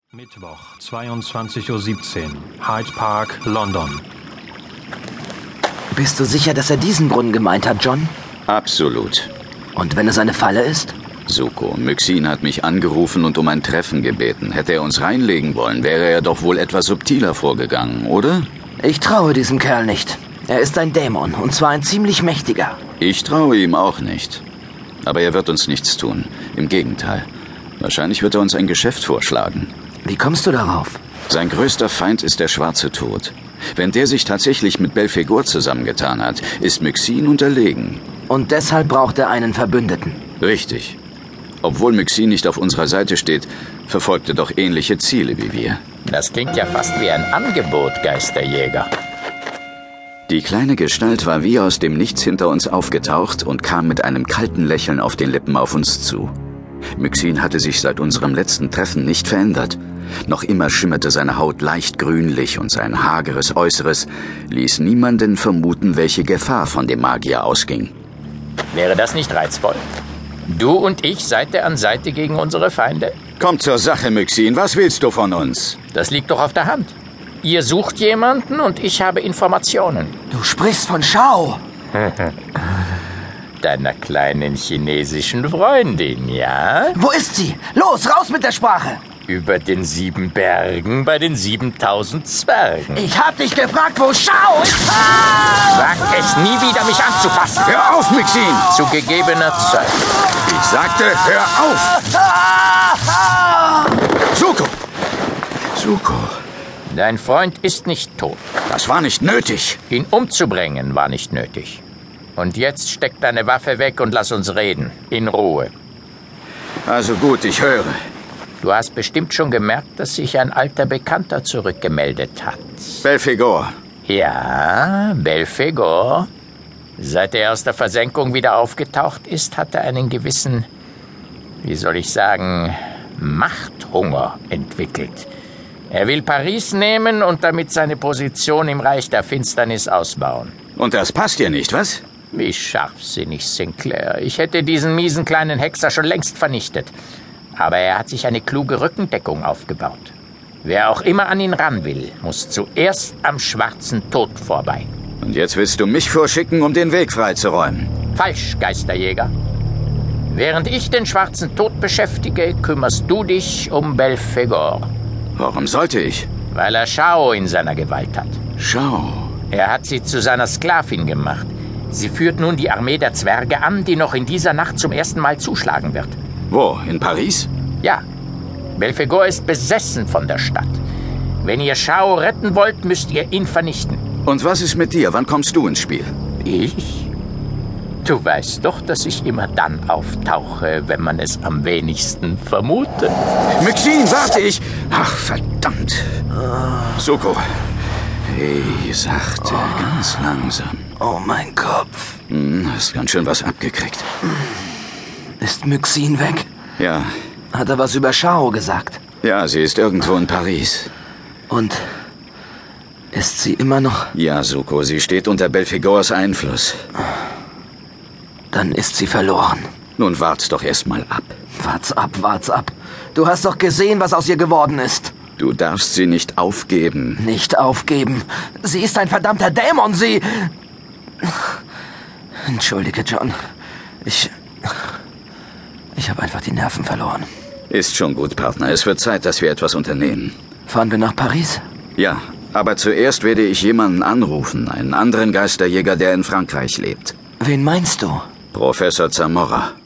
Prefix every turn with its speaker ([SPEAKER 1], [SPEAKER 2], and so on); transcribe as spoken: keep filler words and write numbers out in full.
[SPEAKER 1] Mittwoch, zweiundzwanzig Uhr siebzehn, Hyde Park, London.
[SPEAKER 2] Bist du sicher, dass er diesen Brunnen gemeint hat, John?
[SPEAKER 3] Absolut.
[SPEAKER 2] Und wenn es eine Falle ist?
[SPEAKER 3] Suko, Myxin hat mich angerufen und um ein Treffen gebeten. Hätte er uns reinlegen wollen, wäre er doch wohl etwas subtiler vorgegangen, oder?
[SPEAKER 2] Ich traue diesem Kerl nicht. Er ist ein Dämon, und zwar ein ziemlich mächtiger.
[SPEAKER 3] Ich traue ihm auch nicht. Aber er wird uns nichts tun. Im Gegenteil. Wahrscheinlich wird er uns ein Geschäft vorschlagen.
[SPEAKER 2] Wie kommst du darauf?
[SPEAKER 3] Sein größter Feind ist der Schwarze Tod. Wenn der sich tatsächlich mit Belphegor zusammengetan hat, ist Myxin unterlegen.
[SPEAKER 2] Und deshalb braucht er einen Verbündeten.
[SPEAKER 3] Richtig. Obwohl Myxin nicht auf unserer Seite steht, verfolgt er doch ähnliche Ziele wie wir.
[SPEAKER 4] Das klingt ja fast wie ein Angebot, Geisterjäger.
[SPEAKER 3] Die kleine Gestalt war wie aus dem Nichts hinter uns aufgetaucht und kam mit einem kalten Lächeln auf den Lippen auf uns zu. Myxin hatte sich seit unserem letzten Treffen nicht verändert. Noch immer schimmerte seine Haut leicht grünlich und sein hageres Äußeres ließ niemanden vermuten, welche Gefahr von dem Magier ausging.
[SPEAKER 4] Wäre das nicht reizvoll? Du und ich Seite an Seite gegen unsere Feinde?
[SPEAKER 3] Komm zur Sache, Myxin. Was willst du von uns?
[SPEAKER 4] Das liegt doch auf der Hand. Ihr sucht jemanden und ich habe Informationen.
[SPEAKER 2] Du sprichst von Shao.
[SPEAKER 4] Deiner kleinen chinesischen Freundin, ja?
[SPEAKER 2] Wo ist sie? Los, raus mit der Sprache!
[SPEAKER 4] Über den sieben Bergen bei den siebentausend Zwergen.
[SPEAKER 2] Ich hab dich gefragt, wo Shao ist! Ah!
[SPEAKER 4] Sag es nie wieder, mich anzufassen.
[SPEAKER 3] Hör auf, Myxin!
[SPEAKER 4] Zu gegebener Zeit.
[SPEAKER 3] Ich sagte, hör auf!
[SPEAKER 2] Ah!
[SPEAKER 3] Suko! Suko!
[SPEAKER 4] Dein Freund ist nicht tot.
[SPEAKER 3] Das war nicht nötig.
[SPEAKER 4] Ihn umzubringen war nicht nötig. Und jetzt steck deine Waffe weg und lass uns reden. In Ruhe.
[SPEAKER 3] Also gut, ich höre.
[SPEAKER 4] Du hast bestimmt schon gemerkt, dass sich ein alter Bekannter zurückgemeldet hat.
[SPEAKER 3] Belphegor.
[SPEAKER 4] Ja, Belphegor. Seit er aus der Versenkung wieder aufgetaucht ist, hat er einen gewissen, wie soll ich sagen, Machthunger entwickelt. Er will Paris nehmen und damit seine Position im Reich der Finsternis ausbauen.
[SPEAKER 3] Und das passt dir nicht, was?
[SPEAKER 4] Wie scharfsinnig, Sinclair. Ich hätte diesen miesen kleinen Hexer schon längst vernichtet. Aber er hat sich eine kluge Rückendeckung aufgebaut. Wer auch immer an ihn ran will, muss zuerst am Schwarzen Tod vorbei.
[SPEAKER 3] Und jetzt willst du mich vorschicken, um den Weg freizuräumen?
[SPEAKER 4] Falsch, Geisterjäger. Während ich den Schwarzen Tod beschäftige, kümmerst du dich um Belphegor.
[SPEAKER 3] Warum sollte ich?
[SPEAKER 4] Weil er Shao in seiner Gewalt hat.
[SPEAKER 3] Shao?
[SPEAKER 4] Er hat sie zu seiner Sklavin gemacht. Sie führt nun die Armee der Zwerge an, die noch in dieser Nacht zum ersten Mal zuschlagen wird.
[SPEAKER 3] Wo? In Paris?
[SPEAKER 4] Ja. Belphegor ist besessen von der Stadt. Wenn ihr Shao retten wollt, müsst ihr ihn vernichten.
[SPEAKER 3] Und was ist mit dir? Wann kommst du ins Spiel?
[SPEAKER 4] Ich? Du weißt doch, dass ich immer dann auftauche, wenn man es am wenigsten vermutet.
[SPEAKER 3] Myxin, warte ich! Ach, verdammt. Suko. Hey, sachte, oh. Ganz langsam.
[SPEAKER 2] Oh, mein Kopf.
[SPEAKER 3] Hm, hast ganz schön was abgekriegt.
[SPEAKER 2] Ist Myxin weg?
[SPEAKER 3] Ja.
[SPEAKER 2] Hat er was über Shao gesagt?
[SPEAKER 3] Ja, sie ist irgendwo in Paris.
[SPEAKER 2] Und ist sie immer noch?
[SPEAKER 3] Ja, Suko, sie steht unter Belphegors Einfluss.
[SPEAKER 2] Dann ist sie verloren.
[SPEAKER 3] Nun wart's doch erst mal ab.
[SPEAKER 2] Wart's ab, wart's ab. Du hast doch gesehen, was aus ihr geworden ist.
[SPEAKER 3] Du darfst sie nicht aufgeben.
[SPEAKER 2] Nicht aufgeben. Sie ist ein verdammter Dämon, sie... Entschuldige, John. Ich... Ich habe einfach die Nerven verloren.
[SPEAKER 3] Ist schon gut, Partner. Es wird Zeit, dass wir etwas unternehmen.
[SPEAKER 2] Fahren wir nach Paris?
[SPEAKER 3] Ja, aber zuerst werde ich jemanden anrufen. Einen anderen Geisterjäger, der in Frankreich lebt.
[SPEAKER 2] Wen meinst du?
[SPEAKER 3] Professor Zamora.